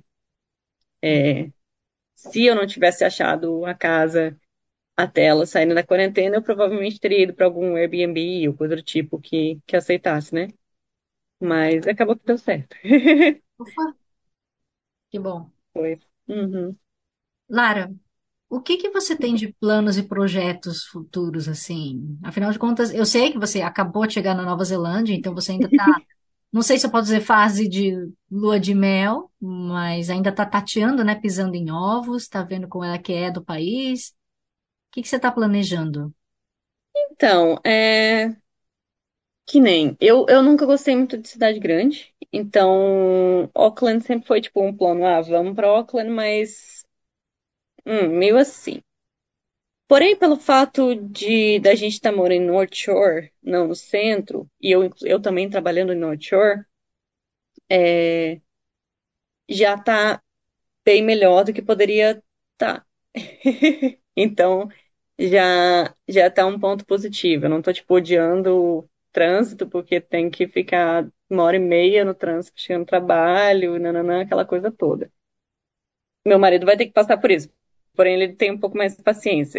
Se eu não tivesse achado a casa até ela saindo da quarentena, eu provavelmente teria ido para algum Airbnb ou coisa do tipo que aceitasse, né? Mas acabou que deu certo. Ufa, que bom. Foi. Uhum. Lara, o que que você tem de planos e projetos futuros, assim? Afinal de contas, eu sei que você acabou de chegar na Nova Zelândia, então você ainda está, não sei se eu posso dizer fase de lua de mel, mas ainda está tateando, né? Pisando em ovos, está vendo como ela que é do país. O que que você está planejando? Então, que nem. Eu nunca gostei muito de cidade grande. Então, Auckland sempre foi tipo um plano. Ah, vamos pra Auckland, mas meio assim. Porém, pelo fato de da gente estar morando em North Shore, não no centro, e eu também trabalhando em North Shore, é, já tá bem melhor do que poderia estar. Então, já tá um ponto positivo. Eu não tô, tipo, odiando o trânsito, porque tem que ficar 1h30 no trânsito, chegando no trabalho, nananã, aquela coisa toda. Meu marido vai ter que passar por isso. Porém, ele tem um pouco mais de paciência.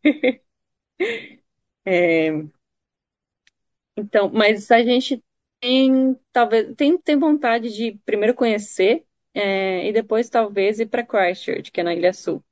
É, então, mas a gente tem, talvez, tem vontade de primeiro conhecer, e depois talvez ir para Christchurch, que é na Ilha Sul.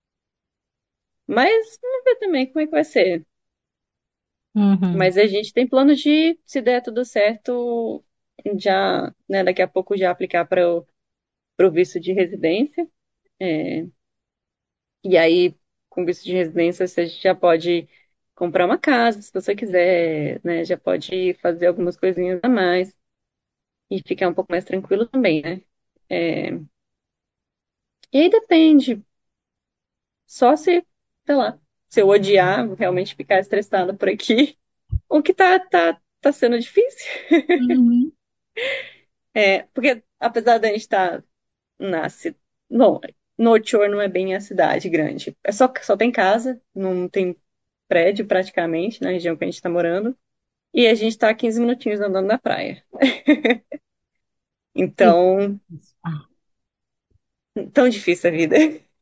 Mas vamos ver também como é que vai ser. Uhum. Mas a gente tem plano de, se der tudo certo, já, né, daqui a pouco já aplicar para o visto de residência. É, e aí, com visto de residência, você já pode comprar uma casa, se você quiser, né? Já pode fazer algumas coisinhas a mais e ficar um pouco mais tranquilo também, né? É, e aí depende, só se, sei lá, se eu odiar, realmente ficar estressada por aqui, o que tá sendo difícil. Uhum. Porque apesar da gente estar na cidade. Bom, North Shore não é bem a cidade grande. Só tem casa, não tem prédio praticamente na região que a gente está morando. E a gente está a 15 minutinhos andando na praia. Sim. Então, Ah. tão difícil a vida.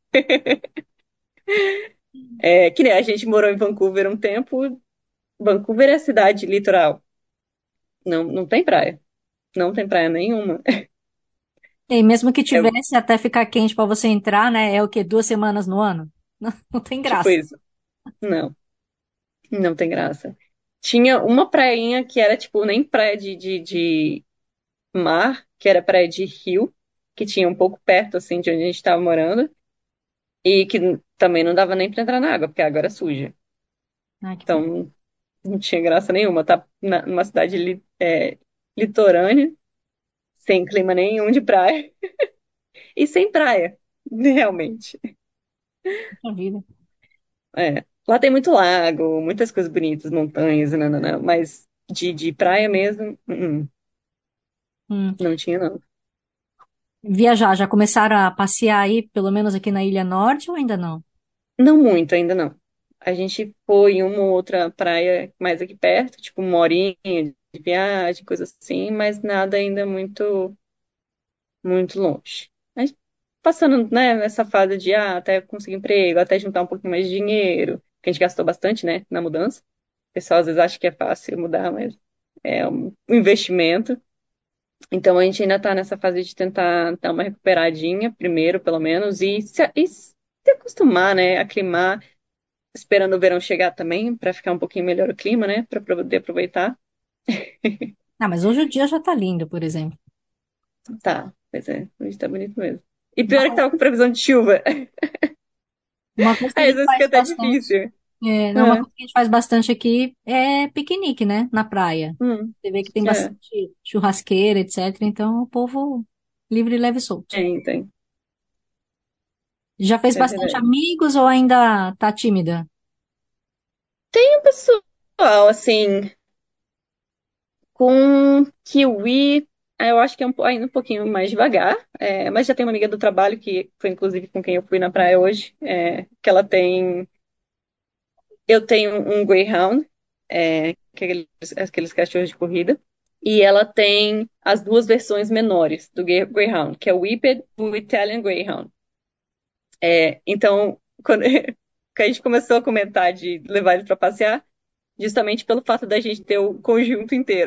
Que nem a gente morou em Vancouver um tempo. Vancouver é a cidade litoral. Não tem praia. Não tem praia nenhuma. E mesmo que É tivesse até ficar quente para você entrar, né? É o quê? 2 semanas no ano? Não, não tem tipo graça. isso. Não, não tem graça. Tinha uma prainha que era, tipo, nem praia de mar, que era praia de rio, que tinha um pouco perto, assim, de onde a gente estava morando, e que também não dava nem pra entrar na água, porque a água era suja. Ai, que pena. Então, não tinha graça nenhuma. Tá numa cidade litorânea, sem clima nenhum de praia, e sem praia, realmente. Puxa vida. Lá tem muito lago, muitas coisas bonitas, montanhas, nananã, mas de praia mesmo, Hum. não tinha, não. Viajar, já começaram a passear aí, pelo menos aqui na Ilha Norte, ou ainda não? Não muito, ainda não. A gente foi em uma ou outra praia mais aqui perto, tipo 1 horinha de viagem, coisa assim, mas nada ainda muito, muito longe. Mas passando, né, nessa fase de até conseguir emprego, até juntar um pouquinho mais de dinheiro, que a gente gastou bastante, né, na mudança. O pessoal às vezes acha que é fácil mudar, mas é um investimento. Então a gente ainda tá nessa fase de tentar dar uma recuperadinha primeiro, pelo menos, e se acostumar, né, aclimar esperando o verão chegar também, para ficar um pouquinho melhor o clima, né? Para poder aproveitar. Ah, mas hoje o dia já tá lindo, por exemplo. Tá, pois é, hoje tá bonito mesmo. E Uma pior é que coisa, tava com previsão de chuva. uma coisa que a Aí às gente vezes fica faz até bastante, difícil. não, uma É. coisa que a gente faz bastante aqui é piquenique, né? Na praia. Hum, Você vê que tem é, bastante churrasqueira, etc. Então o povo livre, leve e solto. tem, Já fez é bastante verdade. amigos ou ainda tá tímida? Tem um pessoal, assim, com kiwi, eu acho que é ainda um pouquinho mais devagar, mas já tem uma amiga do trabalho, que foi inclusive com quem eu fui na praia hoje, que ela tem. Eu tenho um Greyhound, que é aqueles cachorros de corrida, e ela tem as duas versões menores do Greyhound, que é o Whippet e o Italian Greyhound. Então, quando que a gente começou a comentar de levar ele para passear, justamente pelo fato da gente ter o conjunto inteiro,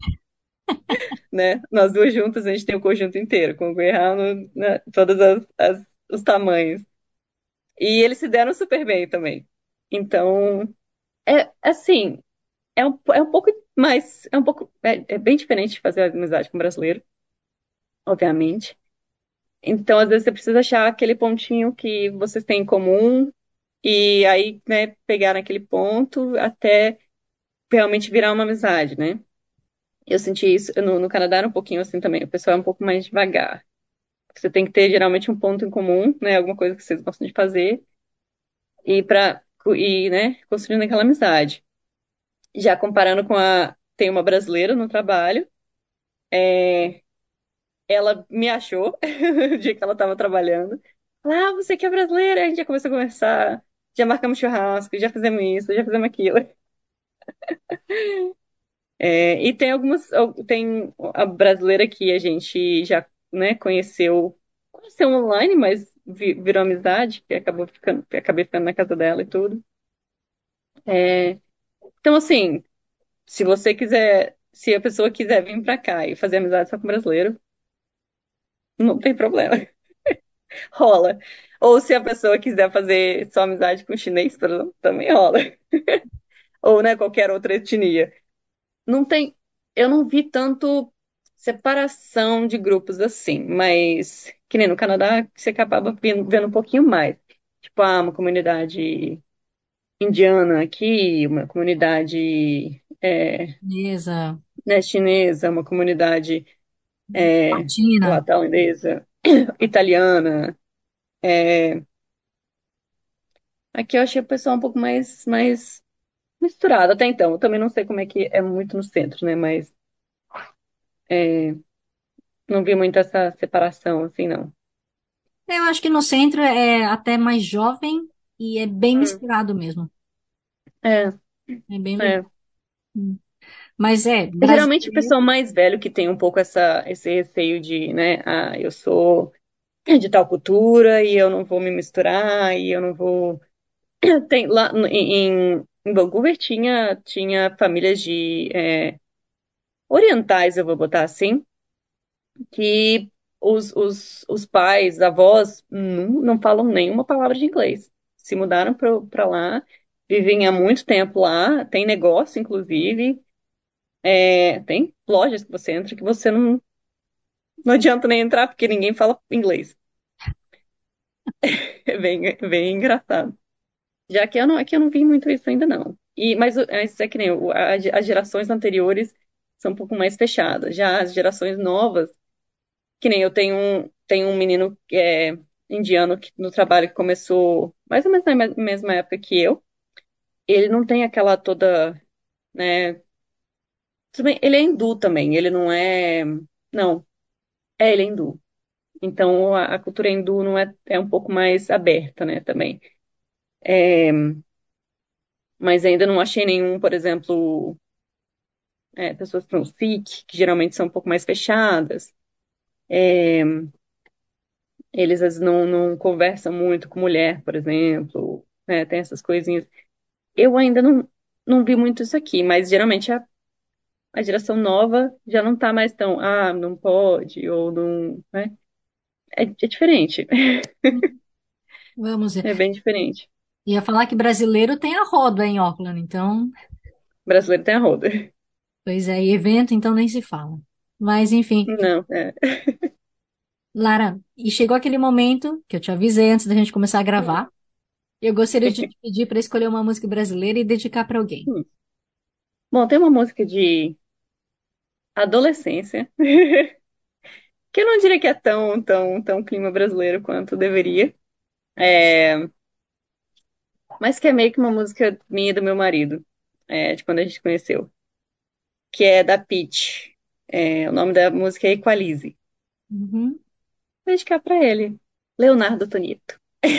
né? Nós duas juntas a gente tem o conjunto inteiro, com o Greyhound, né? Todos os tamanhos. E eles se deram super bem também. Então, assim, é um pouco mais. É bem diferente de fazer amizade com brasileiro, obviamente. Então, às vezes, você precisa achar aquele pontinho que vocês têm em comum e aí, né, pegar naquele ponto até realmente virar uma amizade, né? Eu senti isso no Canadá era um pouquinho assim também. O pessoal é um pouco mais devagar. Você tem que ter geralmente um ponto em comum, né? Alguma coisa que vocês gostam de fazer. E e, né, construindo aquela amizade. Já comparando com tem uma brasileira no trabalho, é, ela me achou no dia que ela estava trabalhando. Ah, você que é brasileira, a gente já começou a conversar, já marcamos churrasco, já fizemos isso, já fizemos aquilo. E tem tem a brasileira que a gente já, né, conheceu online, mas virou amizade, que acabei ficando na casa dela e tudo. É, então, assim, se a pessoa quiser vir pra cá e fazer amizade só com brasileiro, não tem problema, rola. Ou se a pessoa quiser fazer só amizade com chinês, por exemplo, também rola. Ou, né, qualquer outra etnia. Não tem, eu não vi tanto separação de grupos assim, mas que nem no Canadá, você acaba vendo um pouquinho mais. Tipo, uma comunidade indiana aqui, uma comunidade Beleza. né, chinesa, uma comunidade Latina. lá tailandesa, italiana. Aqui eu achei o pessoal um pouco mais misturado até então. Eu também não sei como é que é muito no centro, né? Mas não vi muito essa separação, assim, não. Eu acho que no centro é até mais jovem e é bem Hum, misturado mesmo. É, É bem legal. é. Hum. Mas é, Geralmente o brasileiro. pessoal mais velho que tem um pouco esse receio de, né? Ah, eu sou de tal cultura e eu não vou me misturar e eu não vou. Tem, lá em Vancouver tinha famílias de orientais, eu vou botar assim, que os pais, avós, não falam nenhuma palavra de inglês. Se mudaram pra lá, vivem há muito tempo lá, tem negócio, inclusive, tem lojas que você entra que você não adianta nem entrar porque ninguém fala inglês. É bem engraçado. Já que aqui eu não vi muito isso ainda não. Mas é que nem as gerações anteriores são um pouco mais fechadas. Já as gerações novas, que nem eu tenho um menino que é indiano no trabalho que começou mais ou menos na mesma época que eu. Ele não tem aquela toda, né? Tudo bem, ele é hindu também. Ele não é, não, ele é hindu. Então a cultura hindu não é um pouco mais aberta, né? Também. Mas ainda não achei nenhum, por exemplo, pessoas que são Sikh, que geralmente são um pouco mais fechadas. Eles às vezes não conversam muito com mulher, por exemplo, né? Tem essas coisinhas. Eu ainda não vi muito isso aqui, mas geralmente a geração nova já não tá mais tão, não pode, ou não, né? É diferente. Vamos ver. É bem diferente. Ia falar que brasileiro tem a roda em Auckland, então, O brasileiro tem a roda. pois é, e evento, então nem se fala. Mas, enfim, Não, Lara, e chegou aquele momento que eu te avisei antes da gente começar a gravar. Eu gostaria de te pedir para escolher uma música brasileira e dedicar para alguém. Hum. Bom, tem uma música de adolescência, que eu não diria que é tão clima brasileiro quanto deveria. É, mas que é meio que uma música minha e do meu marido, de quando a gente conheceu, que é da Pitty. O nome da música é Equalize. Uhum. Vou dedicar pra ele, Leonardo Tonito.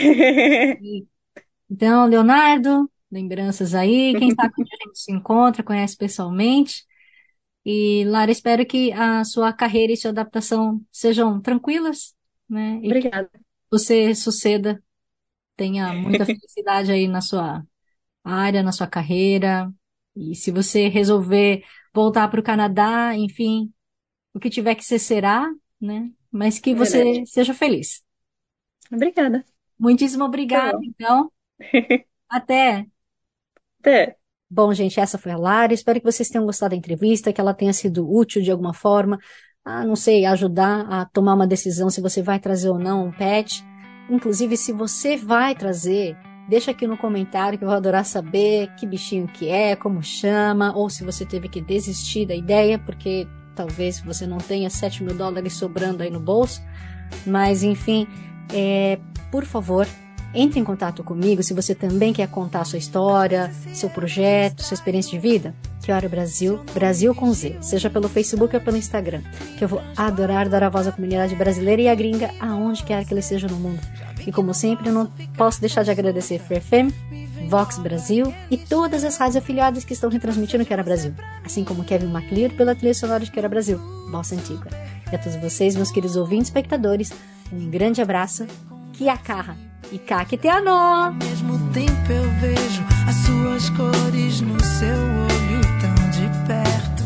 Então, Leonardo, lembranças aí. Quem sabe onde a gente se encontra, conhece pessoalmente. E, Lara, espero que a sua carreira e sua adaptação sejam tranquilas, né? E que Obrigada. você suceda, tenha muita felicidade aí na sua área, na sua carreira. E se você resolver voltar para o Canadá, enfim, o que tiver que ser será, né? Mas que Verdade. você seja feliz. Obrigada. Muitíssimo Tá obrigada, bom. então. Até. Até. Bom, gente, essa foi a Lara. Espero que vocês tenham gostado da entrevista, que ela tenha sido útil de alguma forma, a, não sei, ajudar a tomar uma decisão se você vai trazer ou não um pet. Inclusive, se você vai trazer, deixa aqui no comentário que eu vou adorar saber que bichinho que é, como chama, ou se você teve que desistir da ideia, porque talvez você não tenha US$ 7.000 sobrando aí no bolso. Mas, enfim, por favor, Entre em contato comigo se você também quer contar sua história, seu projeto, sua experiência de vida. Que Hora Brasil, Brasil com Z, seja pelo Facebook ou pelo Instagram, que eu vou adorar dar a voz à comunidade brasileira e à gringa aonde quer que eles sejam no mundo. E como sempre, eu não posso deixar de agradecer Free FM, Vox Brasil e todas as rádios afiliadas que estão retransmitindo Que Hora Brasil, assim como Kevin MacLeod pela trilha sonora de Que Hora Brasil, Bossa Antiga. E a todos vocês, meus queridos ouvintes e espectadores, um grande abraço, que a carra e caqueteano! Ao mesmo tempo eu vejo as suas cores no seu olho tão de perto.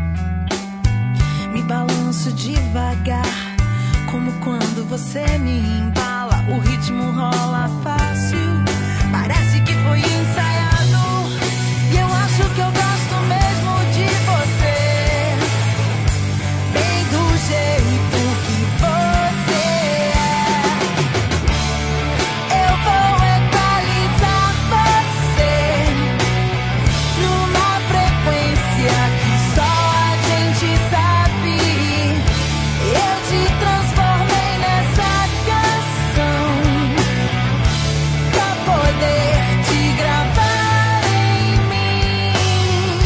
Me balanço devagar, como quando você me embala. O ritmo rola fácil, parece que foi ensaiado. E eu acho que eu gosto mesmo de você, bem do jeito que você é. Eu vou equalizar você numa frequência que só a gente sabe. Eu te transformei nessa canção pra poder te gravar em mim.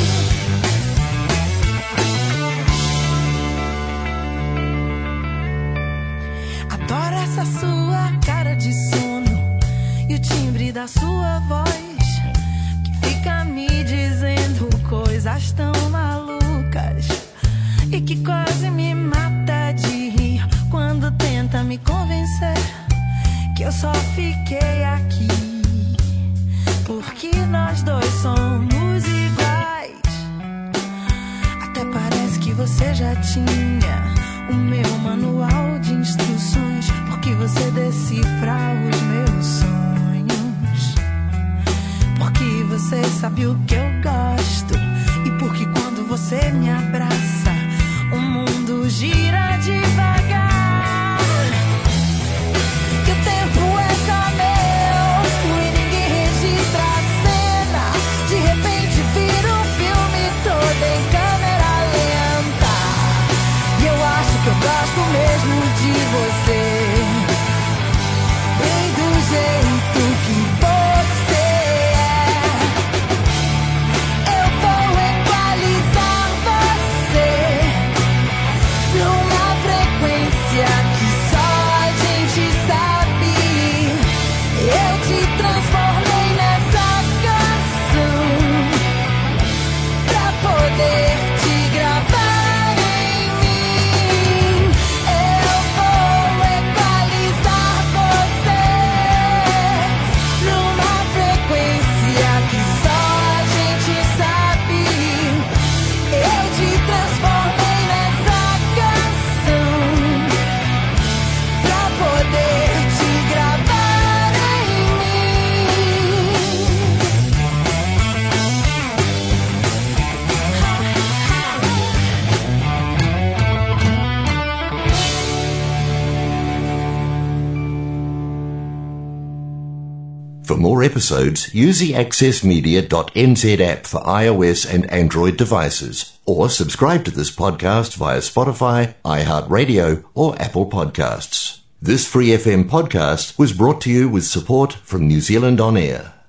Adoro essa sua cara de sono e o timbre da sua voz, que fica me dizendo coisas tão malucas e que quase me mata de rir quando tenta me convencer que eu só fiquei aqui porque nós dois somos iguais. Até parece que você já tinha o meu manual de instruções, porque você decifra os meus sonhos, porque você sabe o que eu gosto e porque quando você me abraça o mundo gira devagar. Que o tempo é só meu e ninguém registra a cena. De repente vira um filme todo em câmera lenta. E eu acho que eu gosto mesmo de você, bem do jeito que você é. Eu vou equalizar você numa frequência que só a gente sabe. Eu te transformei nessa canção pra poder te gravar em mim. Eu vou equalizar você numa frequência que só a gente sabe. Eu te transformei nessa canção pra poder te gravar em mim. For more episodes, use the accessmedia.nz app for iOS and Android devices, or subscribe to this podcast via Spotify, iHeartRadio, or Apple Podcasts. This Free FM podcast was brought to you with support from New Zealand On Air.